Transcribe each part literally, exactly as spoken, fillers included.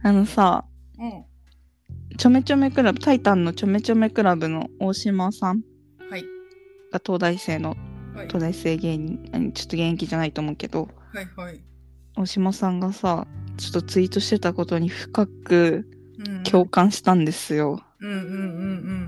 あのさ、 うん。 ちょめちょめクラブ、タイタンのちょめちょめクラブの大島さんはい。 が東大生の、 はい。 東大生芸人、あちょっと現役じゃないと思うけど、 はいはい。 大島さんがさ、ちょっとツイートしてたことに深くうんうん。 共感したんですよ。 うんうんうんうん。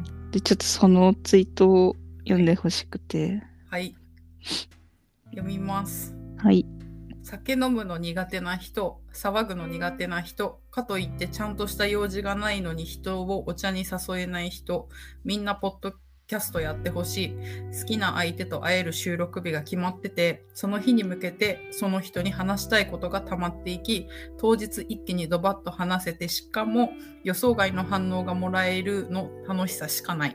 で、ちょっとそのツイートを読んでほしくて。 はい。読みます。 はい。 酒飲むの苦手な人、騒ぐの苦手な人、かといってちゃんとした用事がないのに人をお茶に誘えない人、みんなポッドキャストやってほしい。好きな相手と会える収録日が決まってて、その日に向けてその人に話したいことが溜まっていき、当日一気にドバッと話せて、しかも予想外の反応がもらえるの楽しさしかない。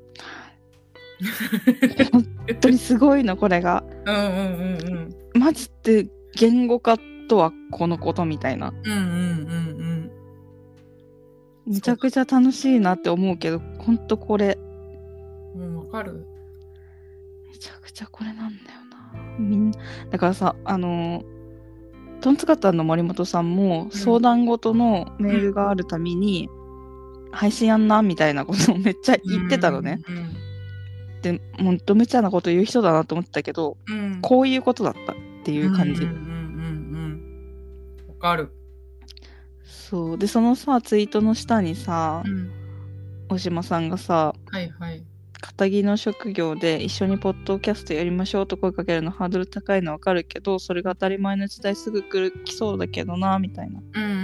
本当にすごいの、これが。 うんうんうんうん。マジで言語化とはこのことみたいな。 うんうんうんうん。めちゃくちゃ楽しいなって思うけど、ほんとこれ。 うん、わかる。 めちゃくちゃこれなんだよな。みんなだからさ、あのトンツカタンの森本さんも相談事のメールがあるたびに、うん、配信やんなみたいなことをめっちゃ言ってたのね。うんうん、で、ほんと無茶なこと言う人だなと思ってたけど、うん、こういうことだったっていう感じ。うんうんうんうん。わかる。 そうで、そのさツイートの下にさ、うん、大島さんがさ、 はいはい。 片木の職業で一緒にポッドキャストやりましょうと声かけるのハードル高いのわかるけど、それが当たり前の時代すぐ来る来そうだけどなみたいな。うんうんうん。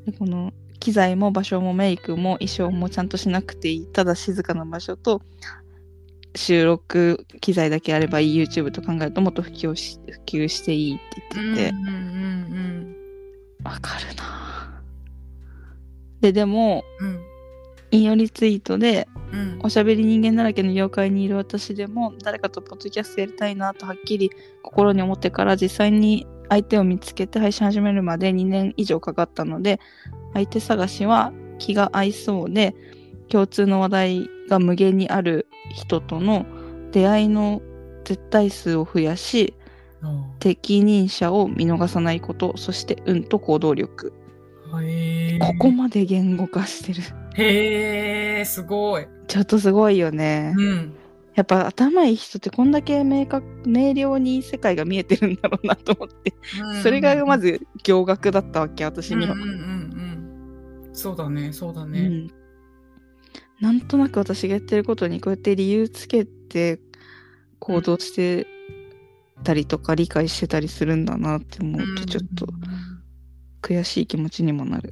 でこの機材も場所もメイクも衣装もちゃんとしなくていい、ただ静かな場所と収録機材だけあればいい YouTube と考えるともっと普及し普及していいって言ってて、うんうんうんうん、わかるな。ででも、うん、引用リツイートで、うん、おしゃべり人間だらけの業界にいる私でも誰かとポッドキャストやりたいなとはっきり心に思ってから実際に相手を見つけて配信始めるまでにねん以上かかったので、相手探しは気が合いそうで共通の話題が無限にある人との出会いの絶対数を増やし、うん、適任者を見逃さないこと、そして運と行動力、ここまで言語化してる。 へー、すごい。 ちょっとすごいよね。うん。やっぱ頭いい人ってこんだけ明確明瞭に世界が見えてるんだろうなと思って、うん、それがまず驚愕だったわけ、私には。うんうんうんうん。そうだね、そうだね。うん。 なんとなく私がやってることにこうやって理由つけて行動してたりとか理解してたりするんだなって思うと、ちょっと悔しい気持ちにもなる。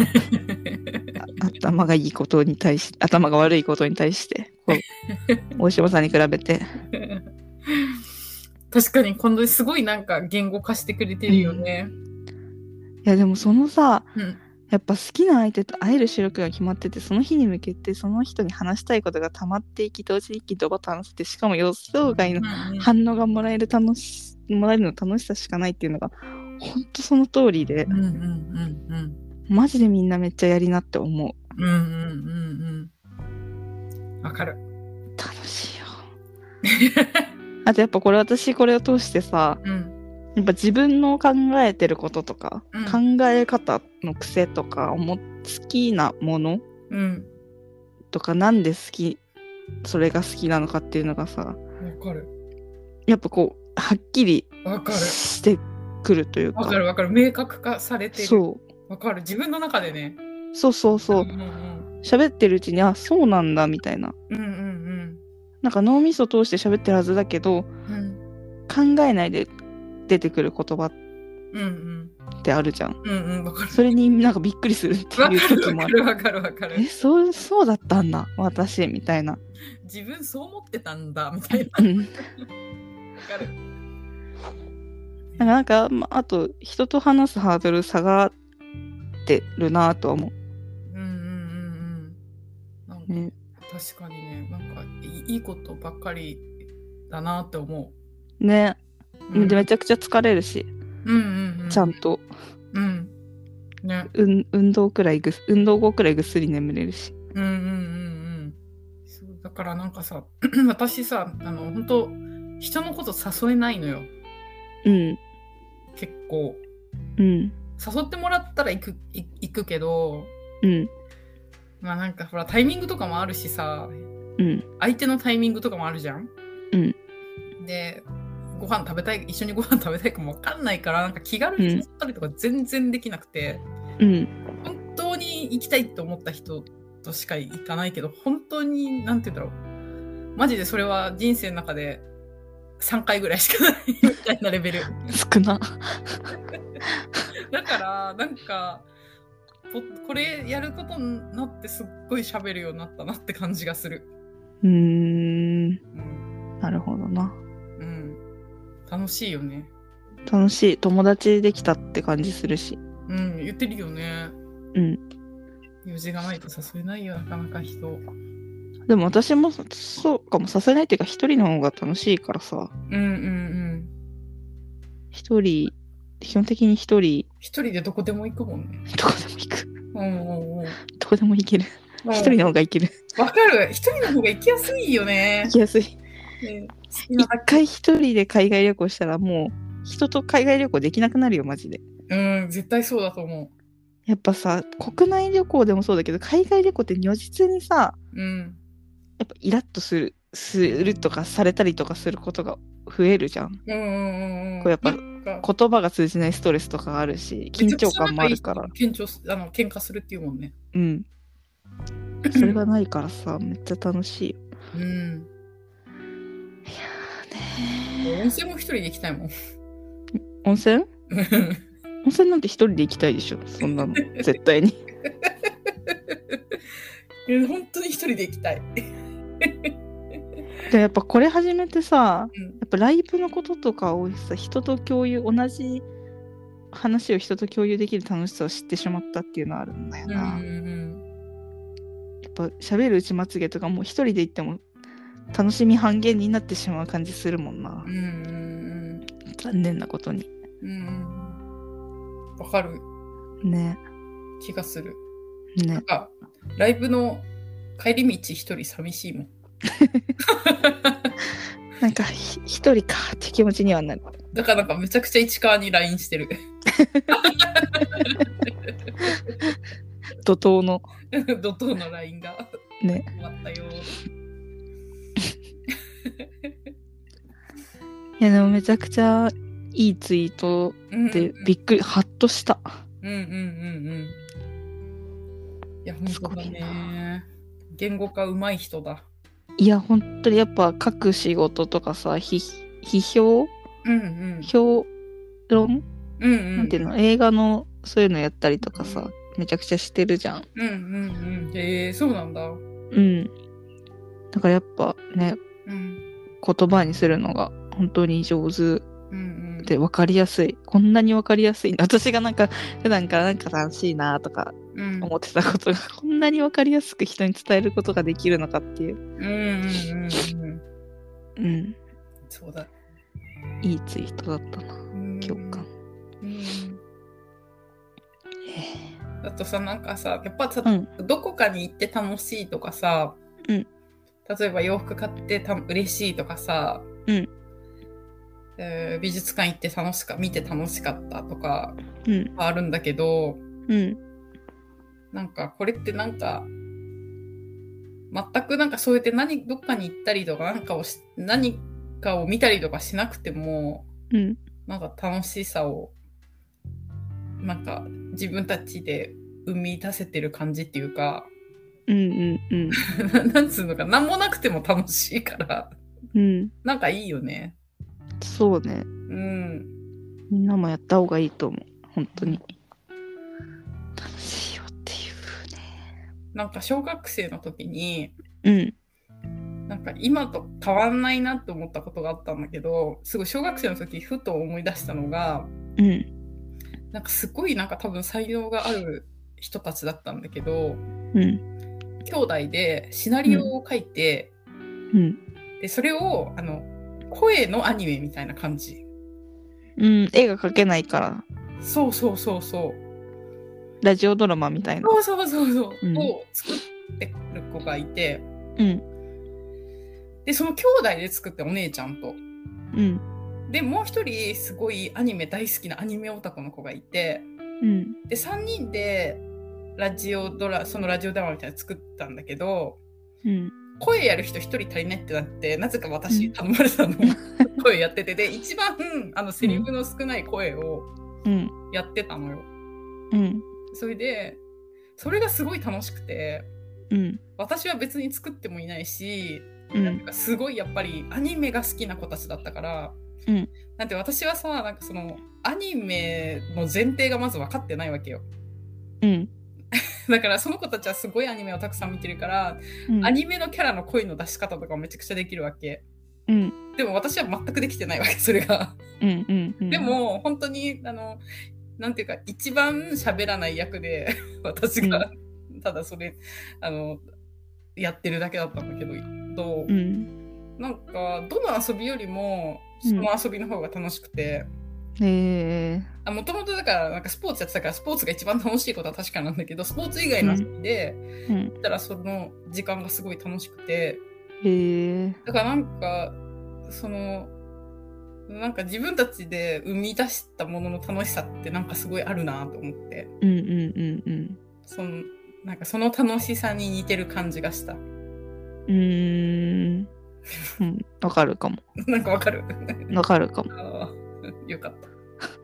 頭がいいことに対して、頭が悪いことに対して大島さんに比べて確かに今度すごいなんか言語化してくれてるよね。 うん、いやでもそのさ、うん、やっぱ好きな相手と会える収録が決まってて、その日に向けてその人に話したいことが溜まっていき、同時に一気にドバッと話して、しかも予想外の反応がもらえる楽しもらえるの楽しさしかないっていうのがほんとその通りで、うんうんうんうん、マジでみんなめっちゃやりなって思う。うんうんうんうん。わかる。 楽しいよ。あとやっぱこれ私これを通してさ、うん、やっぱ自分の考えてることとか、うん、考え方の癖とか好きなもの、うん、とかなんで好きそれが好きなのかっていうのがさ、わかる。 やっぱこうはっきりしてくるというか、 わかるわかる、明確化されてる。そうわかる、自分の中でね。 そうそうそう、うんうんうん、喋ってるうちにあそうなんだみたいな、うんうんうん、なんか脳みそ通して喋ってるはずだけど、うん、考えないで出てくる言葉ってあるじゃん。うんうん、わかる。それになんかびっくりするっていう時もある。 わかるわかるわかる。 え、そうそうだったんだ私みたいな。 自分そう思ってたんだみたいな。うん、わかる。 なんか、まあ、あと人と話すハードル下がってるなとは思う。うんうんうんうん。 なんか、ね、確かにね、なんかいいことばっかりだなって思う。 ね、うん、でめちゃくちゃ疲れるし、うんうんうん、ちゃんと、うんね、う運動くらいぐ運動後くらいぐっすり眠れるし。うんうんうんうん。 そうだからなんかさ、私さ、あの本当人のこと誘えないのよ。うん。結構。うん。 誘ってもらったら行く、行くけど、 うん。 まあなんかほらタイミングとかもあるしさ、 うん。 相手のタイミングとかもあるじゃん。 うん。 で、ご飯食べたい、一緒にご飯食べたいかもわかんないから、なんか気軽に誘ったりとか全然できなくて、 うん。 本当に行きたいって思った人としか行かないけど、本当に、なんて言うんだろう。マジでそれは人生の中でさんかいぐらいしかないみたいなレベル。 少な。 だから、なんか、これやることになってすっごい喋るようになったなって感じがする。 うーん。うん、なるほどな。 うん。楽しいよね。 楽しい。友達できたって感じするし。 うん、言ってるよね。 うん。 用事がないと誘えないよ、なかなか人。 でも私もそうかも、誘えないっていうか一人の方が楽しいからさ。 うんうんうん。 一人、基本的に一人。 一人でどこでも行くもんね。 どこでも行く。 うんうんうん。どこでも行ける。一人の方が行ける。 わかる。一人の方が行きやすいよね。 行きやすい。ね、一回一人で海外旅行したらもう人と海外旅行できなくなるよ、マジで。 うん、絶対そうだと思う。 やっぱさ、国内旅行でもそうだけど、海外旅行って如実にさ、 うん、 やっぱイラッとする、するとかされたりとかすることが増えるじゃん。 うんうんうん。 こうやっぱ言葉が通じないストレスとかあるし、緊張感もあるから。 緊張あの喧嘩するっていうもんね。 うん。それがないからさ、めっちゃ楽しいよ。 うん。いやーねー。温泉も一人で行きたいもん。 温泉温泉なんて一人で行きたいでしょ、そんなの。絶対に。 本当に一人で行きたい。 でやっぱこれ始めてさ、うん、やっぱライブのこととかをさ、人と共有、同じ話を人と共有できる楽しさを知ってしまったっていうのはあるんだよな。うんうんうん、やっぱ喋るうちまつげとかもう一人で行っても楽しみ半減になってしまう感じするもんな。うんうんうん、残念なことに。 うん、わかる。 ね。気がする。 ね。 なんかライブの帰り道一人寂しいもん。 なんか一人かって気持ちにはなる。 だからなんかめちゃくちゃ市川に ライン してる。 怒涛の怒涛の ライン がね。 終わったよ。 いやでもめちゃくちゃいいツイートでびっくり、うんうん、ハッとした。 うんうんうんうん。いや本当だね。言語化上手い人だ。 いや本当にやっぱ書く仕事とかさ、批評、うんうん、評論、うんうん、なんていうの、映画のそういうのやったりとかさ、うん、めちゃくちゃしてるじゃん。 うんうんうん。へえー、そうなんだ。うん。だからやっぱね、うん、言葉にするのが本当に上手で分かりやすい。こんなに分かりやすい。私がなんか普段からなんか楽しいなとか思ってたことが、うん、こんなに分かりやすく人に伝えることができるのかっていう。うんうんうんうん。うん。 そうだ。 いいツイートだったな。共感。うん。 あとさ、なんかさ、やっぱさ、うん、どこかに行って楽しいとかさ、うん、例えば洋服買ってた嬉しいとかさ、うんえー、美術館行って楽しか見て楽しかったとかあるんだけど、うん、なんかこれってなんか全くなんかそうやって何どっかに行ったりとかなんかをし何かを見たりとかしなくても、うん、なんか楽しさをなんか自分たちで生み出せてる感じっていうか、うんうんうん、なんつうのか何もなくても楽しいから、うん、なんかいいよね。 そうね。うん。みんなもやった方がいいと思う。本当に。楽しいよっていうね。 なんか小学生の時に、うん。なんか今と変わんないなって思ったことがあったんだけど、すごい小学生の時ふと思い出したのが、うん。なんかすごいなんか多分才能がある人たちだったんだけど、うん。兄弟でシナリオを書いて、うん。で、それを、あの、声のアニメみたいな感じ。 うん、絵が描けないから。 そうそうそうそう。 ラジオドラマみたいな。 そうそうそうそう。うん、を作ってる子がいて。うん。で、その兄弟で作ってお姉ちゃんと。うん。で、もう一人すごいアニメ大好きなアニメオタクの子がいて。 うん、 でさんにんでラジオドラそのラジオドラマみたいなの作ったんだけど、 うん、 声やる人一人足りないってなって、なぜか私頼まれたの、うん、声やってて、で一番あのセリフの少ない声をやってたのよ、 うん、 それでそれがすごい楽しくて、 うん、 私は別に作ってもいないし、 うん、 なんかすごいやっぱりアニメが好きな子たちだったから、 うん、 なんて私はさ、なんかそのアニメの前提がまず分かってないわけよ、 うん、 だからその子たちはすごいアニメをたくさん見てるから、うん、アニメのキャラの声の出し方とかめちゃくちゃできるわけ、うん、でも私は全くできてないわけ、それが、うんうんうん、でも本当にあのなんていうか一番喋らない役で私が、うん、ただそれあのやってるだけだったんだけど、うん、なんかどの遊びよりもその遊びの方が楽しくて、もともとだからなんかスポーツやってたから、スポーツが一番楽しいことは確かなんだけど、スポーツ以外の遊びで、うん、だったらその時間がすごい楽しくて、へだからなんかそのなんか自分たちで生み出したものの楽しさってなんかすごいあるなと思って、うんうんうんうん、そのなんかその楽しさに似てる感じがした。うーん、うん、わかるかも。 なんかわかる。 わかるかも。 あよかった。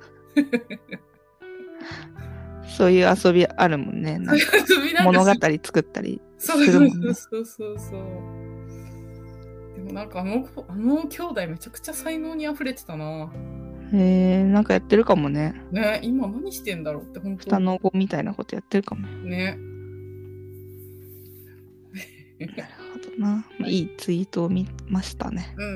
そういう遊びあるもんね。なんか物語作ったりするもんね。 そうそうそうそう。でもなんかあのあの兄弟めちゃくちゃ才能にあふれてたな。 へえ、なんかやってるかもね。 ね、今何してんだろうって本当。 双の子みたいなことやってるかもね。 なるほどな。いいツイートを見ましたね。 うんうんうん。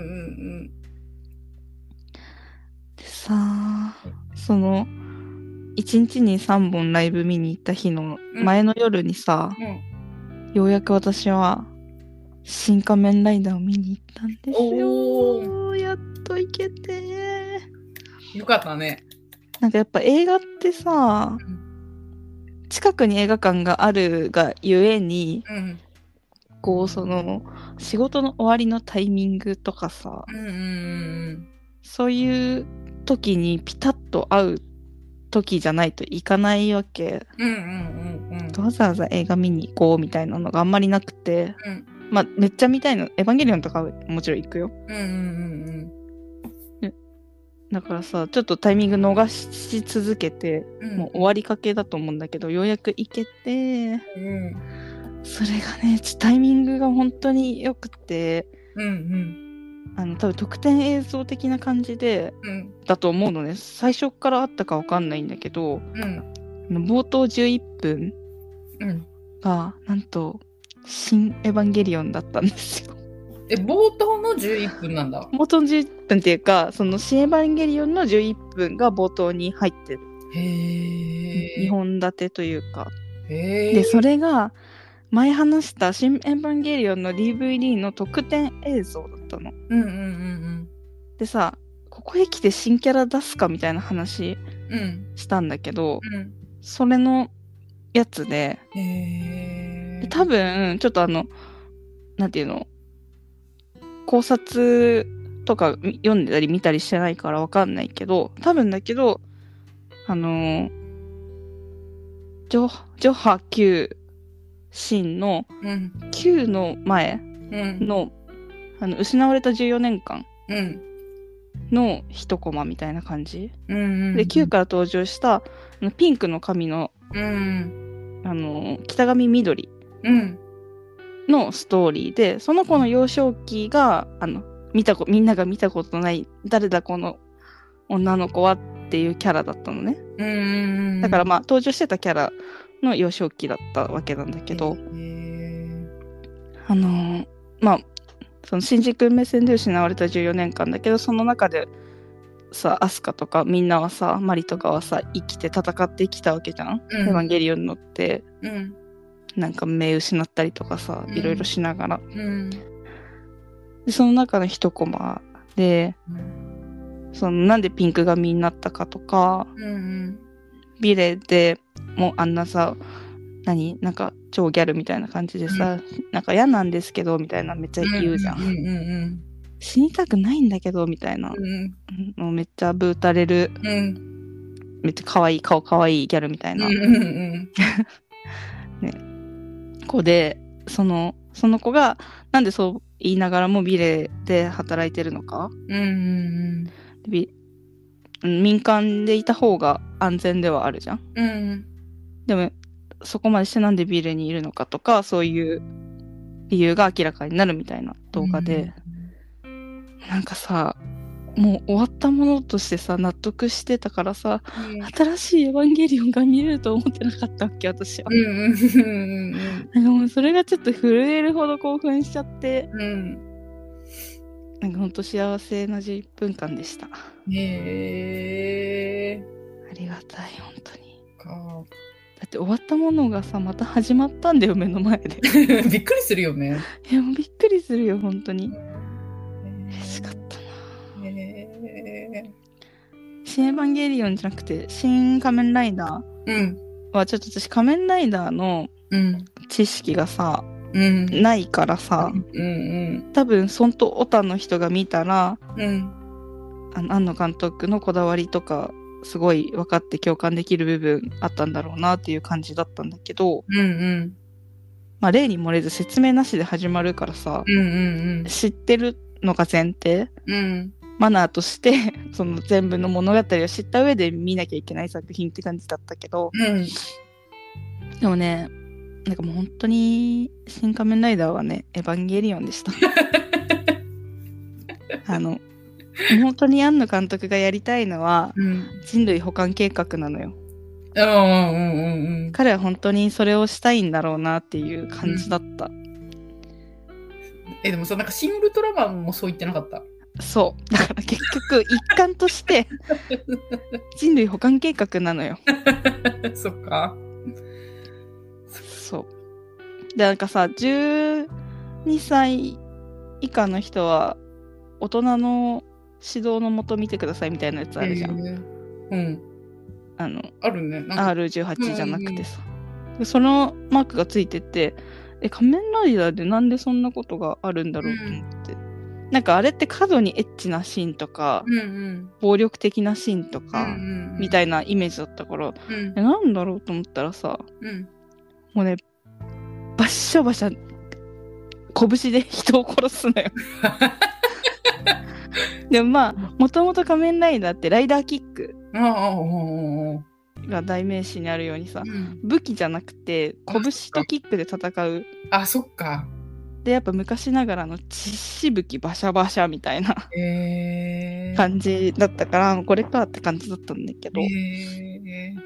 でさあ、そのいちにちにさんぼんライブ見に行った日の前の夜にさ、うんうん、ようやく私は新仮面ライダーを見に行ったんですよ。やっと行けてよかったね。 なんかやっぱ映画ってさ、うん、近くに映画館があるがゆえに、うん、こうその仕事の終わりのタイミングとかさ、うんうんうん、そういう時にピタッと合う時じゃないといかないわけ、うんうんうんうん、わざわざ映画見に行こうみたいなのがあんまりなくて、うん、まあめっちゃ見たいのエヴァンゲリオンとかはもちろん行くよ、うんうんうんうん、だからさちょっとタイミング逃し続けて、うん、もう終わりかけだと思うんだけどようやく行けて、うん、それがねちょっとタイミングが本当によくて、うんうんあの多分特典映像的な感じで、うん、だと思うのね。最初からあったかわかんないんだけど、うん、冒頭じゅういっぷんが、うん、なんと新エヴァンゲリオンだったんですよ。 え冒頭のじゅういっぷんなんだ。 冒頭のじゅういっぷんっていうかその新エヴァンゲリオンのじゅういっぷんが冒頭に入ってる。へにほん立てというか。へでそれが前話した新エヴァンゲリオンの ディーブイディー の特典映像だったの。うんうんうんうん。でさ、ここへ来て新キャラ出すかみたいな話したんだけど、うん、それのやつで、へで多分ちょっとあのなんていうの考察とか読んでたり見たりしてないからわかんないけど、多分だけどあのジョジョハきゅうシーンのきゅうの前の、うん、あの失われたじゅうよねんかんの一コマみたいな感じ、うんうんうん、できゅうから登場したピンクの髪の、うん、あの北上みどりのストーリーで、その子の幼少期があの見たこみんなが見たことない誰だこの女の子はっていうキャラだったのね、うんうんうん、だからまあ登場してたキャラの幼少期だったわけなんだけど、あのー、まあそのシンジ君目線で失われたじゅうよねんかんだけど、その中でさアスカとかみんなはさマリとかはさ生きて戦ってきたわけじゃん、うん、エヴァンゲリオン乗って、うん、なんか目失ったりとかさ、うん、いろいろしながら、うん、でその中の一コマで、うん、そのなんでピンク髪になったかとか、うんうん、ビレでもうあんなさ何なんか超ギャルみたいな感じでさ、うん、なんか嫌なんですけどみたいなめっちゃ言うじゃん、うんうんうんうん、死にたくないんだけどみたいな、うん、もうめっちゃブータれるめっちゃ可愛い顔可愛いギャルみたいな、 うんうんうんね、子で、そのその子がなんでそう言いながらもビレで働いてるのか、 うんうんビ民間でいた方が安全ではあるじゃん、 うん、 でもそこまでしてなんでビレにいるのかとか、そういう理由が明らかになるみたいな動画で、うん、なんかさ、もう終わったものとしてさ納得してたからさ、うん、新しいエヴァンゲリオンが見れると思ってなかったわけ私は。うんうんうんうん、もうそれがちょっと震えるほど興奮しちゃって、うん、なんかほんと幸せなじゅっぷんかんでした。へー、ありがたい本当に。かだって終わったものがさまた始まったんだよ目の前で。 びっくりするよね。 いやもうびっくりするよ本当に。嬉しかったな。新エヴァンゲリオンじゃなくて新仮面ライダーはちょっと私仮面ライダーの知識がさ、うん、ないからさ、うんうん、多分そんとオタの人が見たら、うん、あの庵野監督のこだわりとかすごい分かって共感できる部分あったんだろうなっていう感じだったんだけど、うんうん、まあ例に漏れず説明なしで始まるからさ、うんうんうん、知ってるのが前提、うん、マナーとしてその全部の物語を知った上で見なきゃいけない作品って感じだったけど、うん、でもねなんかもう本当に新仮面ライダーはねエヴァンゲリオンでしたあの本当に庵野監督がやりたいのは、うん、人類補完計画なのよ。うんうんうんうん、彼は本当にそれをしたいんだろうなっていう感じだった、うん、 えでもさなんかシン・ウルトラマンもそう言ってなかった？ そうだから結局一環として人類補完計画なのよそっか。 そうでなんかさじゅうにさい以下の人は大人の指導のもと見てくださいみたいなやつあるじゃん、えー、うんあのあるねなんかアールじゅうはち じゃなくてさ、うんうん、そのマークがついててえ仮面ライダーでなんでそんなことがあるんだろうと思って、うん、なんかあれって過度にエッチなシーンとか、うんうん、暴力的なシーンとか、うんうんうん、みたいなイメージだったから、うん、えなんだろうと思ったらさ、うん、もうねバッシャバシャ拳で人を殺すのよでもまあもともと仮面ライダーってライダーキックが代名詞にあるようにさ、うん、武器じゃなくて拳とキックで戦う。 あそっか。 でやっぱ昔ながらの血しぶきバシャバシャみたいな、えー、感じだったからこれかって感じだったんだけど、えー、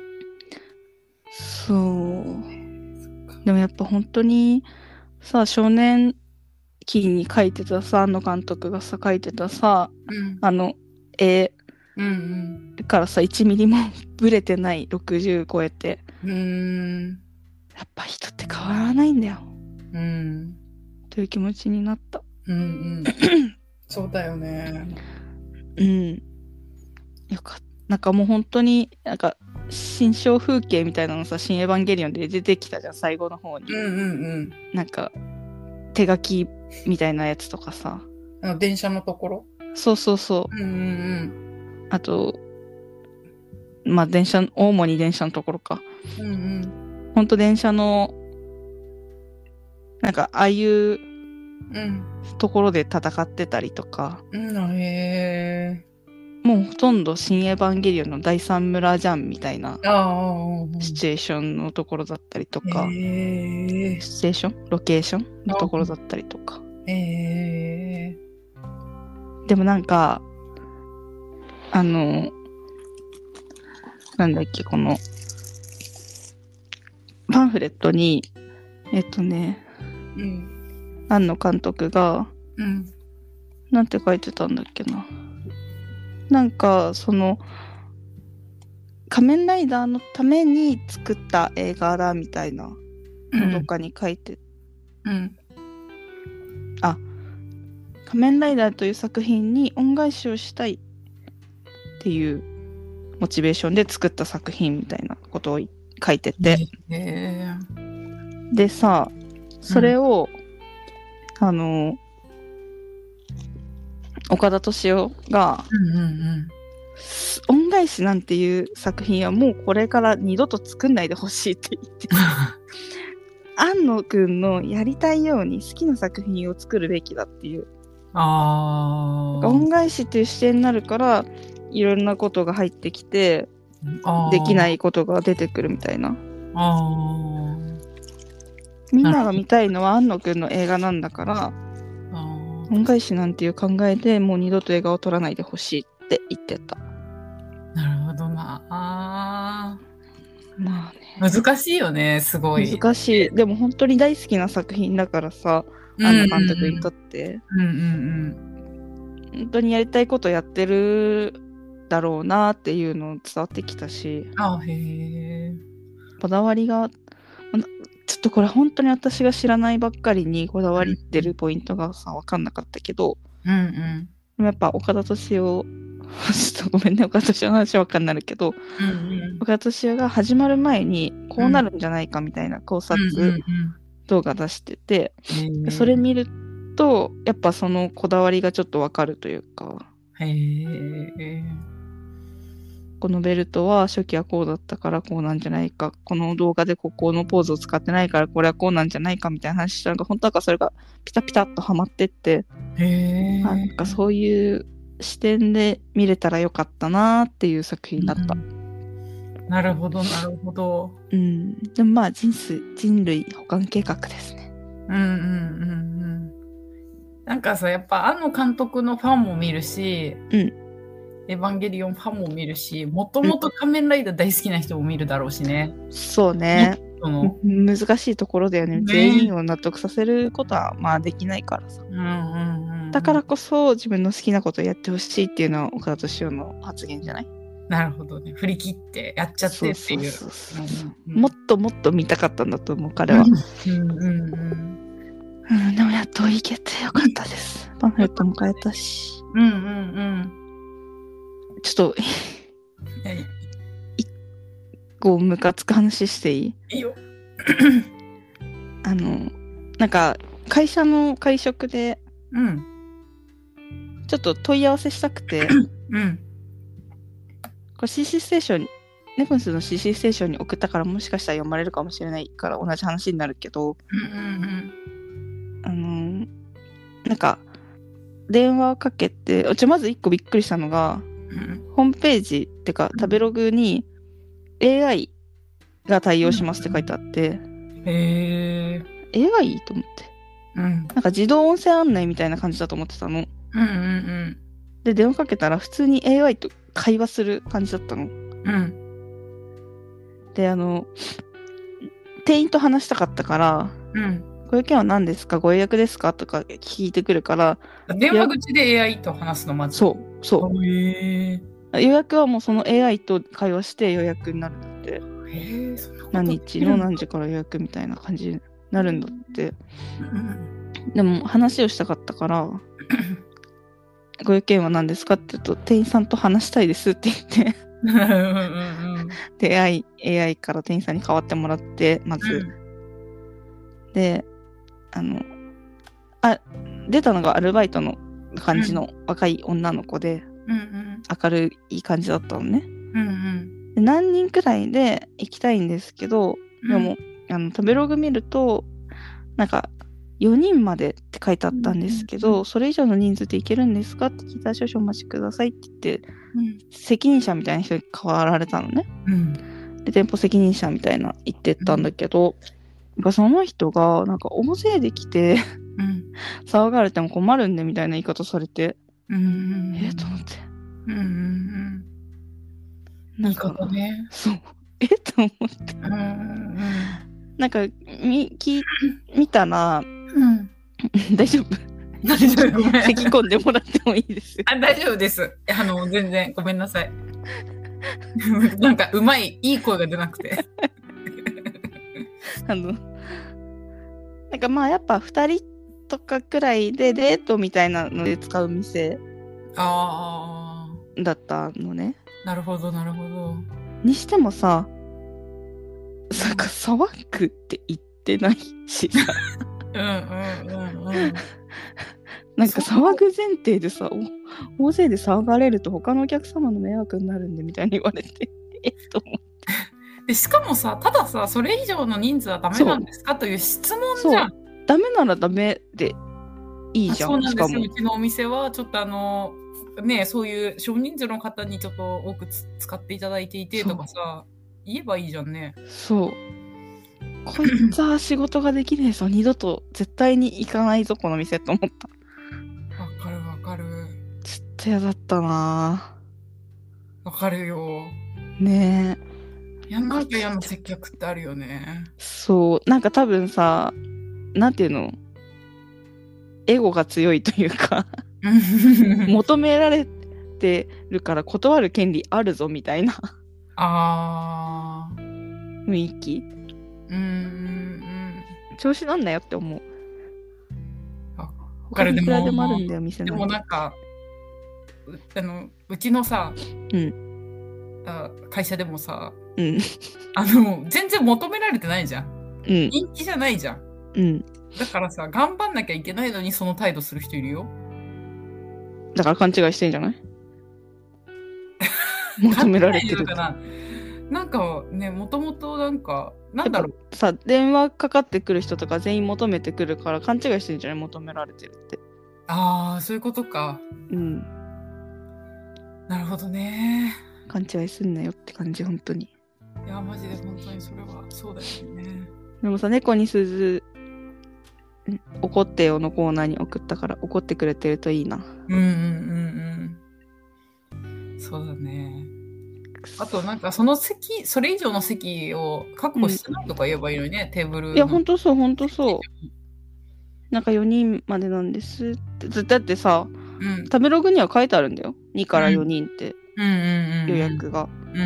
そうでもやっぱ本当にさ少年期に書いてたさ庵野監督がさ書いてたさ、うん、あの絵、うんうん、からさいちミリもブレてないろくじゅう超えてうーんやっぱ人って変わらないんだよ、うん、という気持ちになった。うんうん、 そうだよね。 うんよかった。なんかもう本当になんか新象風景みたいなのさ新エヴァンゲリオンで出てきたじゃん最後の方に、うんうんうん、なんか手書きみたいなやつとかさあの電車のところそうそうそう、うんうんうん、あとまあ電車主に電車のところか、うんうん、ほんと電車のなんかああいうところで戦ってたりとか、うん、へーもうほとんど新エヴァンゲリオンの第三村じゃんみたいなシチュエーションのところだったりとか、シチュエーションロケーションのところだったりとか、でもなんかあのなんだっけこのパンフレットにえっとね、うん、庵野監督が、うん、なんて書いてたんだっけななんかその仮面ライダーのために作った映画だみたいなのどっかに書いて、うん、あ仮面ライダーという作品に恩返しをしたいっていうモチベーションで作った作品みたいなことを書いてて、えー、でさそれを、うん、あの岡田斗司夫が、うんうんうん、 恩返しなんていう作品はもうこれから二度と作んないでほしいって言って庵野くんのやりたいように好きな作品を作るべきだっていう。 あ恩返しっていう視点になるからいろんなことが入ってきてできないことが出てくるみたいな。 あみんなが見たいのは庵野くんの映画なんだから恩返しなんていう考えでもう二度と映画を撮らないでほしいって言ってた。 なるほどなあ。 まあね、 難しいよね、すごい。 難しい。でも本当に大好きな作品だからさ、庵野監督にとって、 うんうんうん、 本当にやりたいことやってるだろうなっていうの伝わってきたし、 あへえ。 こだわりがちょっとこれ本当に私が知らないばっかりにこだわりってるポイントがさ分かんなかったけど、 うんうん、 でもやっぱ岡田敏夫ちょっとごめんね岡田敏夫の話は分かんなるけど、 うんうん、 岡田敏夫が始まる前にこうなるんじゃないかみたいな考察動画出してて、うんうん、それ見るとやっぱそのこだわりがちょっと分かるというか、 へえ。 このベルトは初期はこうだったからこうなんじゃないか、この動画でここのポーズを使ってないからこれはこうなんじゃないかみたいな話したのが本当はそれがピタピタっとはまってって、 へなんかそういう視点で見れたらよかったなっていう作品だった、うん、 なるほどなるほど、 うん、でもまあ人類人類保管計画ですね。 うんうんうんうん。なんかさやっぱ庵野監督のファンも見るし、うんエヴァンゲリオンファンも見るし、もともと仮面ライダー大好きな人も見るだろうしね。 うん、そうね。難しいところだよね。ね全員を納得させることはまあできないからさ。うんうんうん、だからこそ自分の好きなことをやってほしいっていうのは岡田敏夫の発言じゃない？ なるほどね。振り切ってやっちゃってっていう。 もっともっと見たかったんだと思う彼は。うんうんうんうん、でもやっといけてよかったです。パンフレットも買えたし。うんうんうん。ちょっと一個ムカつく話していい？ いいよ。 あのなんか会社の会食で、うん、ちょっと問い合わせしたくて、うん、これ シーシー ステーションネコンスの シーシー ステーションに送ったからもしかしたら読まれるかもしれないから同じ話になるけど、うんうんうん、あのなんか電話かけて、うちまず一個びっくりしたのが。うん、ホームページってか食べログに エーアイ が対応しますって書いてあって、うん、へー エーアイ と思って、うん、なんか自動音声案内みたいな感じだと思ってたの、うんうんうん、で電話かけたら普通に エーアイ と会話する感じだったの、うん、であの店員と話したかったから、うんご用件は何ですかご予約ですかとか聞いてくるから電話口で エーアイ と話すのまずそうそうへ予約はもうその エーアイ と会話して予約になるんだってへそんなこと何日の何時から予約みたいな感じになるんだってでも話をしたかったからご用件は何ですかって言うと店員さんと話したいですって言ってで エーアイ, エーアイ から店員さんに代わってもらってまず、うん、であのあ出たのがアルバイトの感じの若い女の子で、うんうん、明るい感じだったのね、うんうん、で何人くらいで行きたいんですけど、うん、でもあの食べログ見るとなんかよにんまでって書いてあったんですけど、うんうん、それ以上の人数で行けるんですかって聞いたら少々お待ちくださいって言って、うん、責任者みたいな人に代わられたのね、うん、で店舗責任者みたいな言ってったんだけど、うん、その人がなんか大勢で来て、うん、騒がれても困るんでみたいな言い方されて、うんうんうん、えー、と思って、うんうんうん、なんかね、そうえと思って、うんうん、なんかみき見たら、うん、大丈夫大丈夫咳込んでもらってもいいですあ大丈夫ですあの全然ごめんなさいなんかうまいいい声が出なくてあのなんかまあやっぱふたりとかくらいでデートみたいなので使う店あだったのね。 なるほどなるほど。 にしてもさ、なんか騒ぐって言ってないしさうんうんうんうんなんか騒ぐ前提でさ大勢で騒がれると他のお客様の迷惑になるんでみたいに言われてえっと思ってでしかもさ、たださ、それ以上の人数はダメなんですかという質問じゃん。 ダメならダメでいいじゃん。 そうなんですよ。うちのお店はちょっとあのね、そういう少人数の方にちょっと多く使っていただいていてとかさ、言えばいいじゃんね。 そう。こいつは仕事ができねえぞ。二度と絶対に行かないぞこの店と思った。 わかるわかる。 ちょっと嫌だったな。 わかるよ。 ねえ。やんなきゃ嫌な接客ってあるよね。 そう。なんか多分さ、なんていうの、エゴが強いというか求められてるから断る権利あるぞみたいなあ雰囲気。 うんうんうん調子なんなよって思う。 あ、 他にいくらでもあるんだよ店なんて。でもなんかあのうちのさ、うん、あ会社でもさ、うん、あの全然求められてないじゃん、うん、人気じゃないじゃん、うん、だからさ頑張んなきゃいけないのにその態度する人いるよ。 だから勘違いしてんじゃない求められてるかな。なんかね、もともとなんかなんだろうさ、電話かかってくる人とか全員求めてくるから勘違いしてんじゃない、求められてるって。 ああ、そういうことか。うん。なるほどね。 勘違いすんなよって感じ、本当に。 いやマジで本当にそれはそうだよね。 でもさ、猫に鈴怒ってよのコーナーに送ったから怒ってくれてるといいな。 うんうんうんうん。そうだね。あとなんかその席、それ以上の席を確保してないとか言えばいいのにね、うん、テーブル。 いやほんとそうほんとそう。なんかよにんまでなんですって。だってさ、うん、食べログには書いてあるんだよ。にからよにんって、うん、予約が。うん。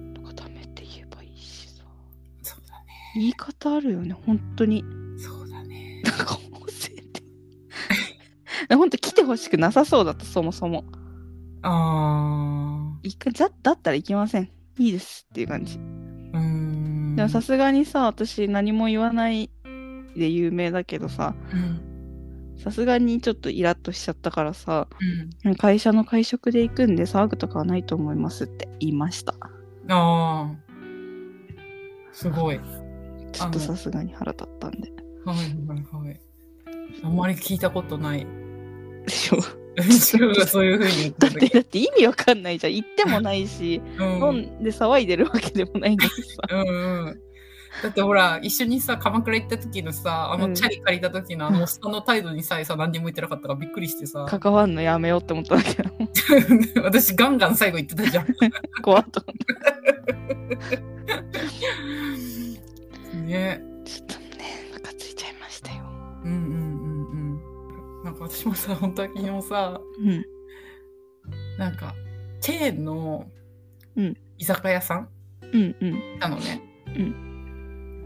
とかダメって言えばいいしさ。そうだね。言い方あるよね本当に。 そうだね。 なんか思せて。ほんと来てほしくなさそうだったそもそも。ああ。いかだだったら行きません。いいですっていう感じ。うーん。でもさすがにさ、私何も言わないで有名だけどさ、さすがにちょっとイラッとしちゃったからさ、うん、会社の会食で行くんで騒ぐとかはないと思いますって言いました。ああ。 すごい。 ちょっとさすがに腹立ったんで。 はいはいはい。あんまり聞いたことない。 でしょ。 そういう風に言ってだってだって意味わかんないじゃん。言ってもないし、うん、飲んで騒いでるわけでもないのにさ。うんうん。 だってほら一緒にさ鎌倉行った時のさあのチャリ借りた時のあのおっさんの態度にさえさ何にも言ってなかったからびっくりしてさ。 関わんのやめようって思ったんだけど。 私ガンガン最後言ってたじゃん。 怖っと。 ね。 ちょっとねムカついちゃいましたよ。 うんうんうんうん。なんか私もさ本当は昨日さ、うん、なんかチェーンの居酒屋さん、うんうん、なのね、うん、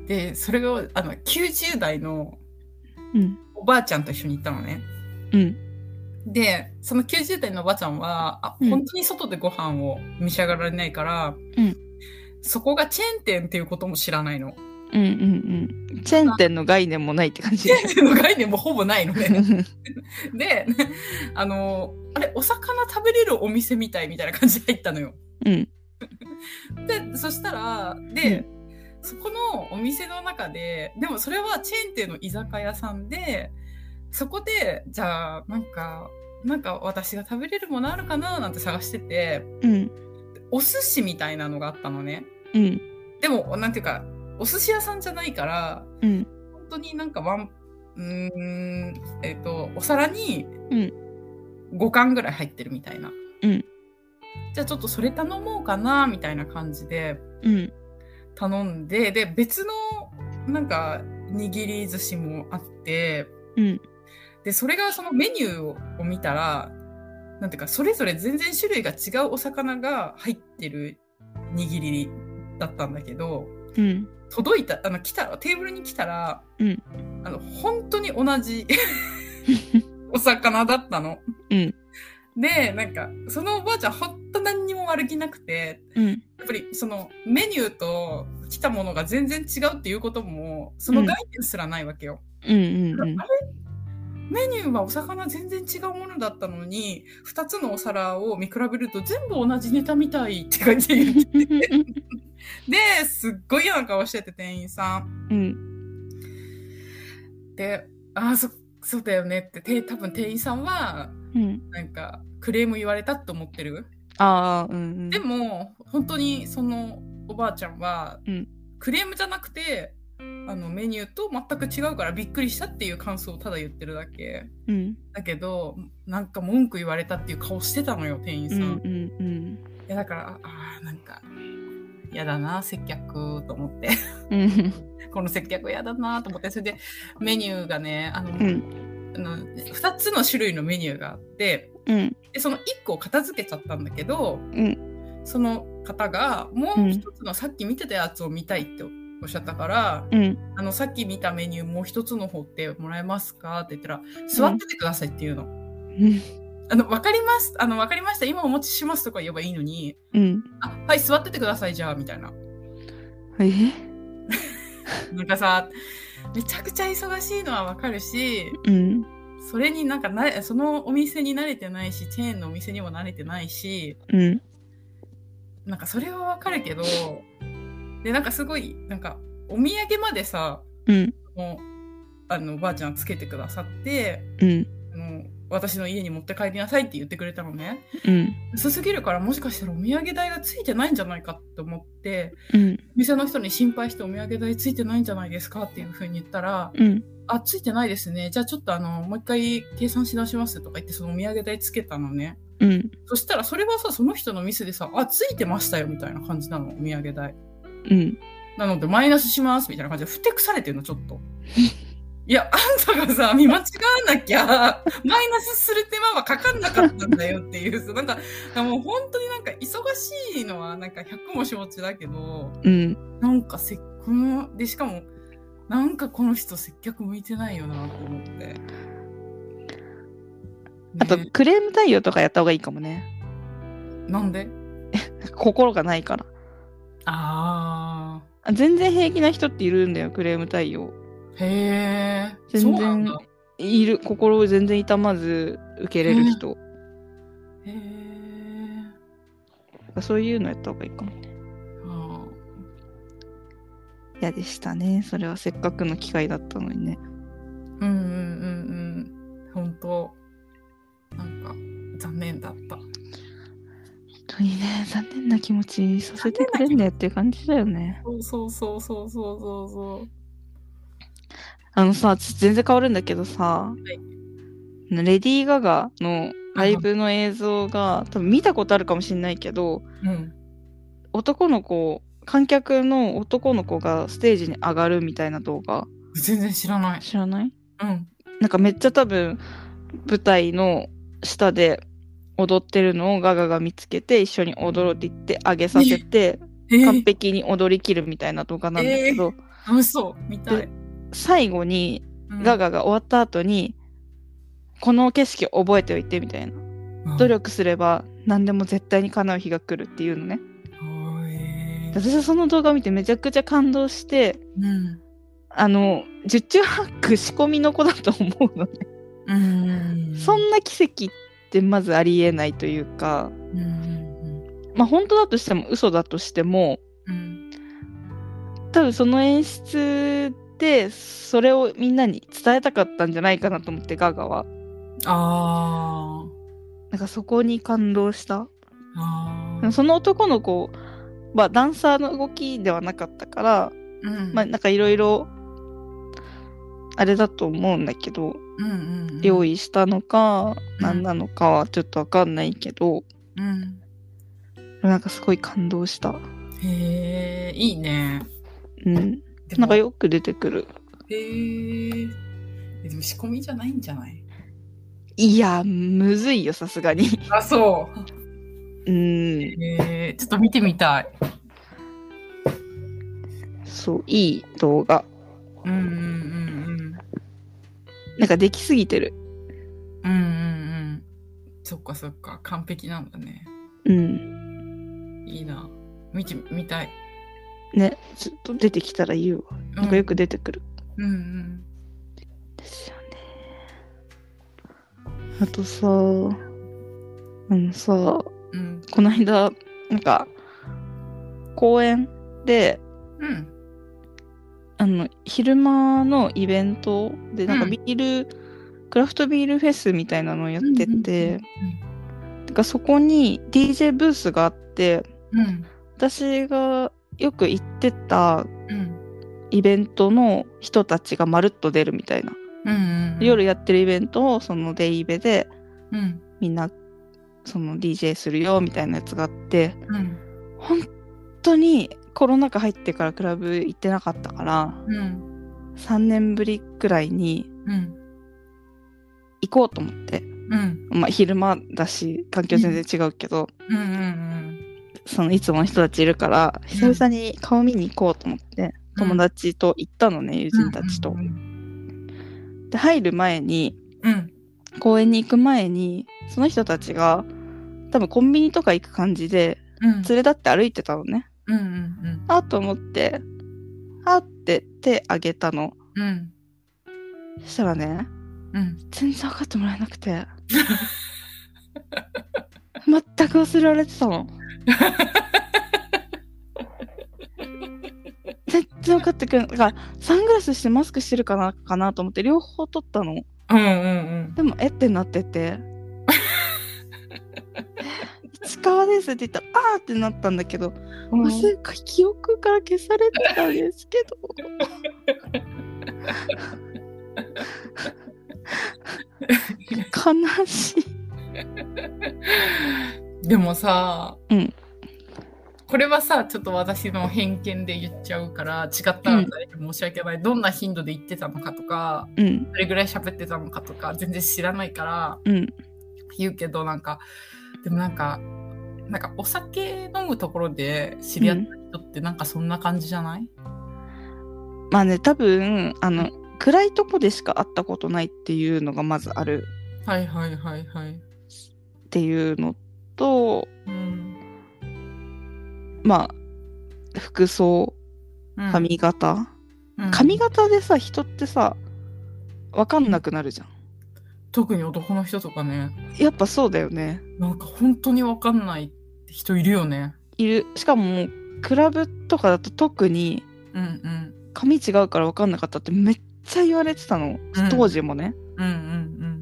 でそれがあのきゅうじゅう代のおばあちゃんと一緒に行ったのね、うん、でそのきゅうじゅう代のおばあちゃんはあ、うん、本当に外でご飯を召し上がられないから、うん、そこがチェーン店っていうことも知らないの。 うんうんうん、チェーン店の概念もないって感じ。 チェーン店の概念もほぼないのね。で、あのあれお魚食べれるお店みたいみたいな感じで入ったのよ。うん、でそしたらで、うん、そこのお店の中ででもそれはチェーン店の居酒屋さんでそこでじゃあなんかなんか私が食べれるものあるかななんて探してて、うん、お寿司みたいなのがあったのね。うん、でもなんていうかお寿司屋さんじゃないから、うん、本当になんかワンうーんえっとお皿にご貫ぐらい入ってるみたいな、うん、じゃあちょっとそれ頼もうかなみたいな感じで頼んで、うん、で別のなんか握り寿司もあって、うん、でそれがそのメニューを見たらなんていうかそれぞれ全然種類が違うお魚が入ってる握りだったんだけど、うん、届いたあの来たテーブルに来たら、うん、あの本当に同じお魚だったの、うん、でなんかそのおばあちゃん本当何にも悪気なくて、うん、やっぱりそのメニューと来たものが全然違うっていうこともその概念すらないわけよ、うんうんうん、あれメニューはお魚全然違うものだったのに、ふたつのお皿を見比べると全部同じネタみたいって感じで言ってて。で、すっごい嫌な顔してて、店員さん。 うん。 で、ああ、そ、そうだよねって、て多分店員さんは、 うん、 なんか、クレーム言われたって思ってる。 ああ、うんうん。 でも、本当にそのおばあちゃんは、 うん、 クレームじゃなくて、あのメニューと全く違うからびっくりしたっていう感想をただ言ってるだけ、 うん、 だけどなんか文句言われたっていう顔してたのよ店員さん、うんうんうん、いやだからあーなんかやだな接客と思ってこの接客やだなと思って、それでメニューがねあの、うん、あのふたつの種類のメニューがあって、うん、でそのいっこを片付けちゃったんだけど、うん、その方がもう一つのさっき見てたやつを見たいっておっしゃったから、うん、あのさっき見たメニューもう一つの方ってもらえますかって言ったら、座っててくださいって言うの。うん、あのわかりますあのわかりました今お持ちしますとか言えばいいのに、うん、あはい座っててくださいじゃあみたいな。 えなんかさめちゃくちゃ忙しいのはわかるし、うん、それになんかなそのお店に慣れてないしチェーンのお店にも慣れてないし、うん、なんかそれはわかるけど。でなんかすごいなんかお土産までさ、うん、もうあのおばあちゃんつけてくださって、うん、あの私の家に持って帰りなさいって言ってくれたのね、うん、薄すぎるからもしかしたらお土産代がついてないんじゃないかって思って、うん、店の人に心配してお土産代ついてないんじゃないですかっていう風に言ったら、うん、あついてないですねじゃあちょっとあのもう一回計算し直しますとか言ってそのお土産代つけたのね、うん、そしたらそれはさその人の店でさあついてましたよみたいな感じなのお土産代、うん、なのでマイナスしますみたいな感じでふてくされてるのちょっといやあんたがさ見間違わなきゃマイナスする手間はかかんなかったんだよっていうなんかもう本当になんか忙しいのはなんかひゃくも承知だけど、うん、なんか接客でしかもなんかこの人接客向いてないよなと思って、ね、 あとクレーム対応とかやった方がいいかもね。 なんで心がないからああ全然平気な人っているんだよクレーム対応。 へえ全然いる心を全然痛まず受けれる人。へえそういうのやった方がいいかもね。嫌でしたねそれはせっかくの機会だったのにね。 うんうんうんうん本当なんか残念だった。 本当にね残念な気持ちさせてくれんねっていう感じだよね。 そうそうそうそうそうそうそうあのさ全然変わるんだけどさ、はい、レディー・ガガのライブの映像が多分見たことあるかもしれないけど、うん、男の子観客の男の子がステージに上がるみたいな動画全然知らない。 知らない？ うんなんかめっちゃ多分舞台の下で踊ってるのをガガが見つけて一緒に踊ろうって言って上げさせて、えー、完璧に踊りきるみたいな動画なんだけど、 えー、嘘見たい。 最後に、うん、ガガが終わった後にこの景色を覚えておいてみたいな、うん、努力すれば何でも絶対に叶う日が来るっていうのね、えー、私はその動画を見てめちゃくちゃ感動して、うん、あの十中八九仕込みの子だと思うのね、うん、そんな奇跡ってまずありえないというか、うん、まあ本当だとしても嘘だとしても、うん、多分その演出でそれをみんなに伝えたかったんじゃないかなと思ってガガはあなんかそこに感動した。あその男の子はダンサーの動きではなかったから、うん、まあなんかいろいろあれだと思うんだけど、うんうんうん、用意したのか、うん、何なのかはちょっと分かんないけど、うん、なんかすごい感動した。 へえいいね。 うんなんかよく出てくる。 へえでも仕込みじゃないんじゃない？ いやむずいよさすがに。 あそううんへえちょっと見てみたい。 そういい動画。うんうんうんうんなんかできすぎてる。 うんうんうんそっかそっか完璧なんだね。うんいいな見てみたいねちょっと出てきたら言うわ、うん、なんかよく出てくる。うんうんですよね。 あとさ、あのさ、 うん、 この間なんか公園で、 うん、 あの昼間のイベントでなんかビール、うん、クラフトビールフェスみたいなのをやってて、てかそこに ディージェー ブースがあって、 うん、 私がよく行ってたイベントの人たちがまるっと出るみたいな、うんうんうん、夜やってるイベントをそのデイイベで、うん、みんなその ディージェー するよみたいなやつがあって、うん、本当にコロナ禍入ってからクラブ行ってなかったから、うん、さんねんぶりくらいに行こうと思って、うん、まあ昼間だし環境全然違うけど、うんうんうんうん、そのいつもの人たちいるから久々に顔見に行こうと思って、うん、友達と行ったのね、友人たちと、うんうんうん、で入る前に、うん、公園に行く前にその人たちが多分コンビニとか行く感じで、うん、連れ立って歩いてたのね、うんうんうん、あと思ってあって手あげたの、うん、そしたらね、うん、全然分かってもらえなくて全く忘れられてたの全然分かってくる。だからサングラスしてマスクしてるかなかなと思って両方撮ったの、うんうんうん、でもえってなってて市川ですって言ったらあーってなったんだけど、うん、忘れ記憶から消されてたんですけど悲しいでもさ、 うん、 これはさちょっと私の偏見で言っちゃうから違ったら申し訳ない、うん、どんな頻度で言ってたのかとか、うん、どれぐらい喋ってたのかとか全然知らないから、うん、言うけどなんかでもなんかなんかお酒飲むところで知り合った人ってなんかそんな感じじゃない？ うん、まあね多分あの、うん、暗いとこでしか会ったことないっていうのがまずある、 はいはいはいはいっていうのと、うん、まあ服装、髪型、うん、髪型でさ人ってさ分かんなくなるじゃん、 特に男の人とかね。 やっぱそうだよね。 なんか本当に分かんない人いるよね。 いる。しかもクラブとかだと特に、うんうん、髪違うから分かんなかったってめっちゃ言われてたの、うん、当時もね。うんうんうん。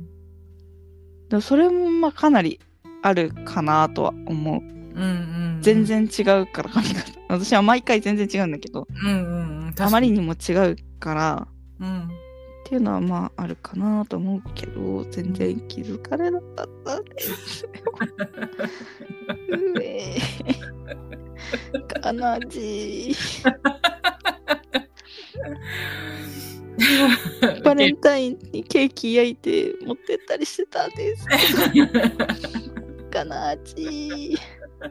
でもそれもまあかなりあるかなとは思う。うんうんうん、全然違うから髪型。私は毎回全然違うんだけど、うんうんうん、あまりにも違うから。うんっていうのはまああるかなと思うけど全然気づかれなかったですうえ悲しいバレンタインにケーキ焼いて持ってったりしてたんです悲しい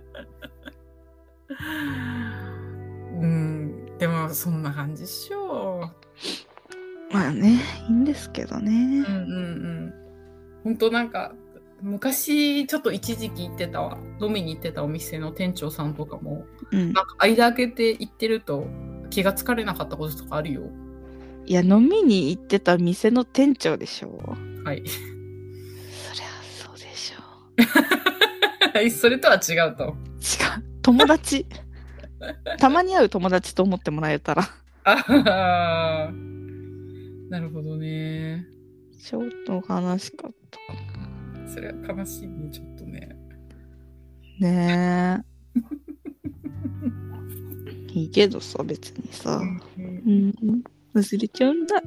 うんでもそんな感じっしょ。 まあねいいんですけどね。うんうんうん本当なんか昔ちょっと一時期行ってたわ飲みに行ってたお店の店長さんとかも、うん、なんか間開けて行ってると気がつかれなかったこととかあるよ。 いや飲みに行ってた店の店長でしょ。 はいそりゃそうでしょうそれとは違うと。違う友達たまに会う友達と思ってもらえたらあなるほどね。 ちょっと悲しかったかな。それは悲しいねちょっとね。 ねえいいけどさ別にさ、うん、忘れちゃうんだ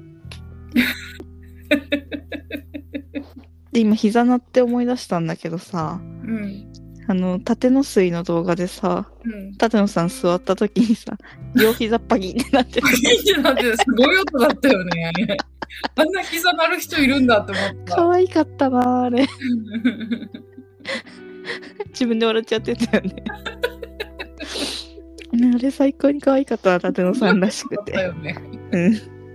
で今膝鳴って思い出したんだけどさ、うん、あの縦の水の動画でさ、うん、舘野さん座った時にさ両膝パギンってなってるパギンってなってるすごい音だったよねあんな膝鳴る人いるんだって思った。 可愛かったなあれ自分で笑っちゃってたよねあれ最高に可愛かったな舘野さんらしくて、ねうん、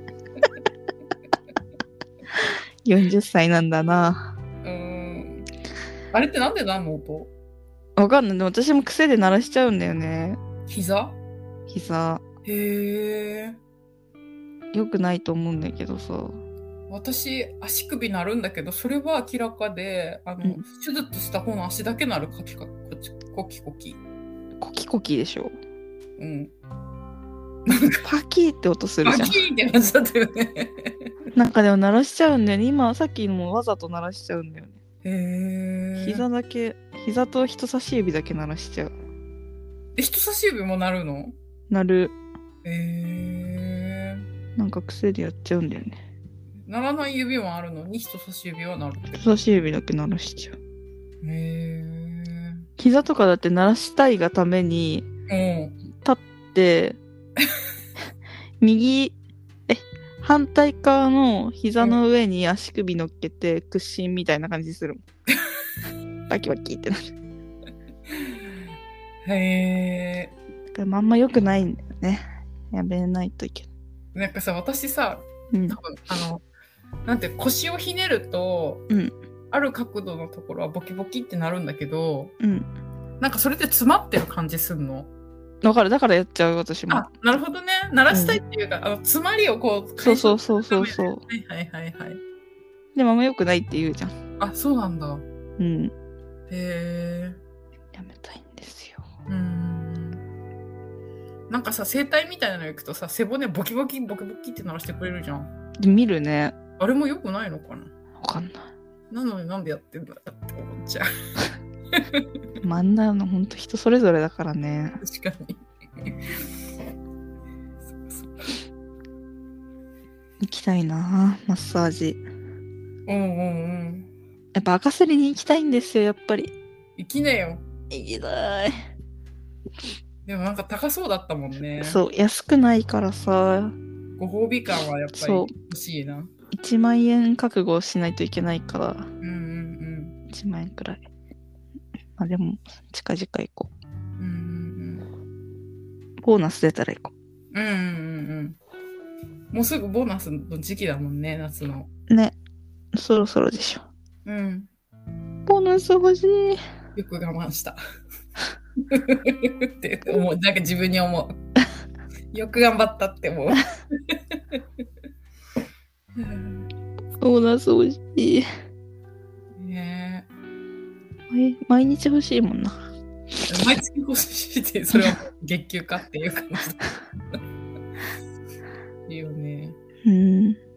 よんじゅっさいなんだな。 うんあれってなんで何の音わかんない。でも私も癖で鳴らしちゃうんだよね。 膝膝。 へえ。 よくないと思うんだけどさ。 あ私足首なるんだけど、それは明らかで、あの、うん、手術した方の足だけなるコキコキコキコキコキでしょ。 うん。 パキーって音するじゃん。 パキーって感じだったよね。 なんかでも鳴らしちゃうんだよね。今さっきもわざと鳴らしちゃうんだよね。 へえ。 膝だけ、膝と人差し指だけ鳴らしちゃう。 え、人差し指も鳴るの？ 鳴る。 へえ。 なんか癖でやっちゃうんだよね。 鳴らない指もあるのに人差し指は鳴るって。 人差し指だけ鳴らしちゃう。 へえ。 膝とかだって鳴らしたいがために、 うん、 立って右え反対側の膝の上に足首乗っけて屈伸みたいな感じするもん。バキバキってなる。 へえ。 だからあんま良くないんだよね。やめないといけない。 なんかさ、私さ、 うん、 多分あのなんて腰をひねると、 うん、 ある角度のところはボキボキってなるんだけど、 うん、 なんかそれって詰まってる感じすんの？ わかる。だからやっちゃう私も。 あ、なるほどね。鳴らしたいっていうか、うん、あの詰まりをこうそうそうそうそうそう。 はいはいはいはい。 でもあんま良くないって言うじゃん。 あ、そうなんだ。 うん。 へえ。 やめたいんですよ。 うーん。なんかさ、整体みたいなの行くとさ、背骨ボキボキボキボキって鳴らしてくれるじゃん。 見るね。 あれも良くないのかな？ わかんない。 なのになんでやってんだって思っちゃう。 まあ、あんなのほんと人それぞれだからね。 確かに。 行きたいなマッサージ。 うんうんうん。 やっぱ赤すりに行きたいんですよ、やっぱり。 行きねよ。 行きたい。 でもなんか高そうだったもんね。 そう、安くないからさ。 ご褒美感はやっぱり欲しいな。 いちまんえん覚悟しないといけないから。 うんうんうん。いいちまんえんくらい。まあでも、近々行こう。 うんうんうん。 ボーナス出たら行こう。うんうんうん。もうすぐボーナスの時期だもんね、夏の。 ね。そろそろでしょ。 うん。 ボーナス欲しい。 よく我慢した。って思う。なんか自分に思う。よく頑張ったって思う。 ボーナス欲しい。 ねえ。毎日欲しいもんな。 毎月欲しいって、それは月給かっていう感じだ。いいよね。 うん。